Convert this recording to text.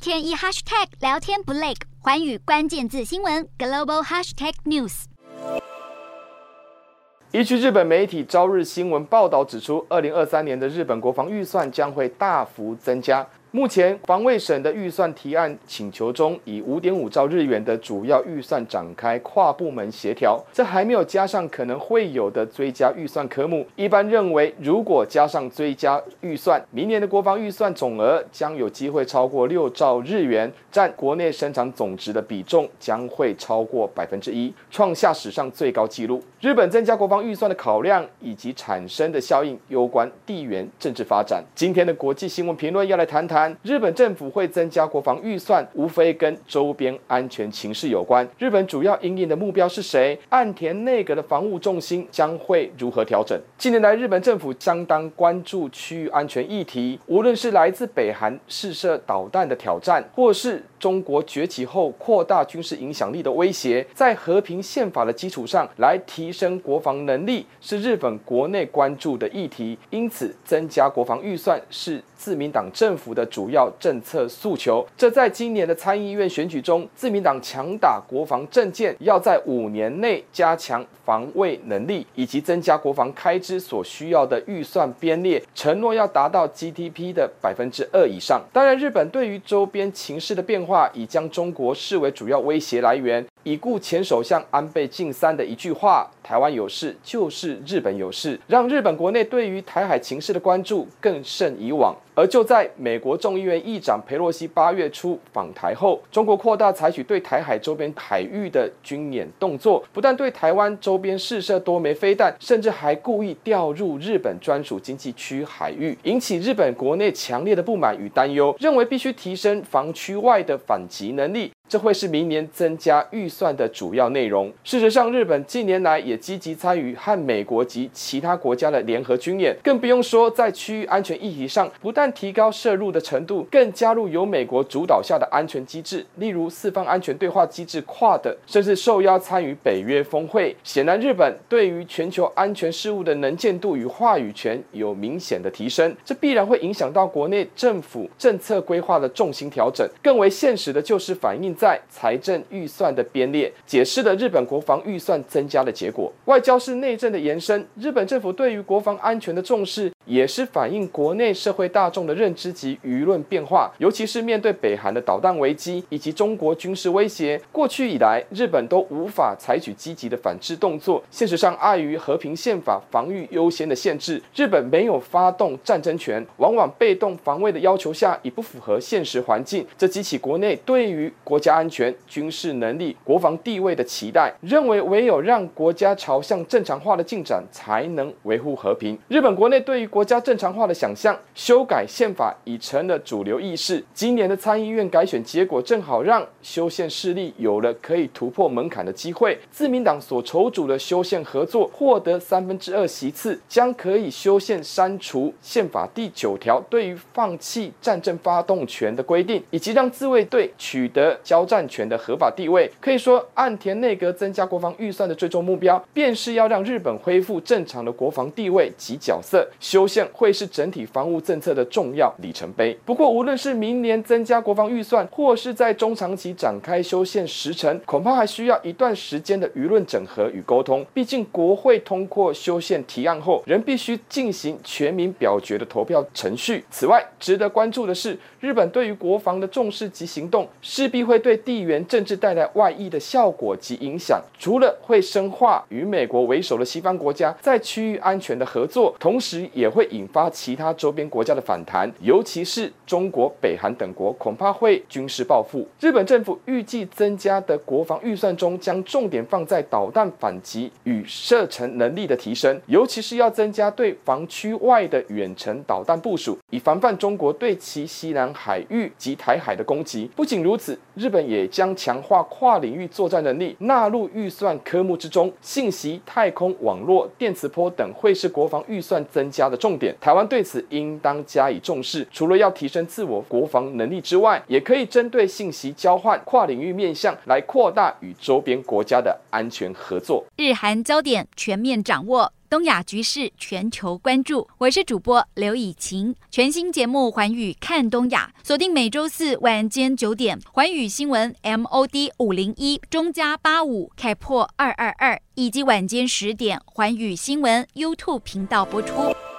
天一 hashtag 聊天不累，寰宇关键字新闻 global hashtag news。 依据日本媒体朝日新闻报道指出，2023年的日本国防预算将会大幅增加。目前防卫省的预算提案请求中，以5.5兆日元的主要预算展开跨部门协调，这还没有加上可能会有的追加预算科目。一般认为，如果加上追加预算，明年的国防预算总额将有机会超过6兆日元，占国内生产总值的比重将会超过1%，创下史上最高纪录。日本增加国防预算的考量以及产生的效应，攸关地缘政治发展。今天的国际新闻评论要来谈谈。日本政府会增加国防预算，无非跟周边安全情势有关。日本主要因应的目标是谁？岸田内阁的防务重心将会如何调整？近年来，日本政府相当关注区域安全议题，无论是来自北韩试射导弹的挑战，或是中国崛起后扩大军事影响力的威胁，在和平宪法的基础上来提升国防能力，是日本国内关注的议题。因此，增加国防预算是自民党政府的主要政策诉求。这在今年的参议院选举中，自民党强打国防政见，要在5年内加强防卫能力，以及增加国防开支所需要的预算编列，承诺要达到 GDP 的2%以上。当然，日本对于周边情势的变化，已将中国视为主要威胁来源。已故前首相安倍晋三的一句话：“台湾有事就是日本有事”，让日本国内对于台海情势的关注更甚以往。而就在美国众议院议长裴洛西8月初访台后，中国扩大采取对台海周边海域的军演动作，不但对台湾周边试射多枚飞弹，甚至还故意调入日本专属经济区海域，引起日本国内强烈的不满与担忧，认为必须提升防区外的反击能力。这会是明年增加预算的主要内容。事实上，日本近年来也积极参与和美国及其他国家的联合军演，更不用说在区域安全议题上，不但提高涉入的程度，更加入由美国主导下的安全机制，例如四方安全对话机制QUAD，甚至受邀参与北约峰会。显然，日本对于全球安全事务的能见度与话语权有明显的提升，这必然会影响到国内政府政策规划的重心调整。更为现实的就是反映在财政预算的编列，解释了日本国防预算增加的结果。外交是内政的延伸，日本政府对于国防安全的重视，也是反映国内社会大众的认知及舆论变化。尤其是面对北韩的导弹危机以及中国军事威胁，过去以来日本都无法采取积极的反制动作。现实上，碍于和平宪法防御优先的限制，日本没有发动战争权，往往被动防卫的要求下，已不符合现实环境。这激起国内对于国家安全、军事能力、国防地位的期待，认为唯有让国家朝向正常化的进展，才能维护和平。日本国内对于国家正常化的想象，修改宪法已成了主流意识。今年的参议院改选结果，正好让修宪势力有了可以突破门槛的机会。自民党所筹组的修宪合作获得2/3席次，将可以修宪删除宪法第9条对于放弃战争发动权的规定，以及让自卫队取得交战权的合法地位。可以说，岸田内阁增加国防预算的最终目标，便是要让日本恢复正常的国防地位及角色。修宪会是整体防务政策的重要里程碑。不过，无论是明年增加国防预算，或是在中长期展开修宪时程，恐怕还需要一段时间的舆论整合与沟通。毕竟，国会通过修宪提案后，仍必须进行全民表决的投票程序。此外，值得关注的是，日本对于国防的重视及行动，势必会对地缘政治带来外溢的效果及影响。除了会深化与美国为首的西方国家在区域安全的合作，同时也会引发其他周边国家的反弹，尤其是中国、北韩等国恐怕会军事报复。日本政府预计增加的国防预算中，将重点放在导弹反击与射程能力的提升，尤其是要增加对防区外的远程导弹部署，以防范中国对其西南海域及台海的攻击。不仅如此，日本也将强化跨领域作战能力纳入预算科目之中，信息、太空、网络、电磁波等会是国防预算增加的重点。台湾对此应当加以重视，除了要提升自我国防能力之外，也可以针对信息交换、跨领域面向来扩大与周边国家的安全合作。 日韩焦点全面掌握， 东亚局势全球关注，我是主播刘以晴。全新节目《寰宇看东亚》，锁定每周四晚间9点，寰宇新闻 MOD 501中加85开破222，以及晚间10点寰宇新闻 YouTube 频道播出。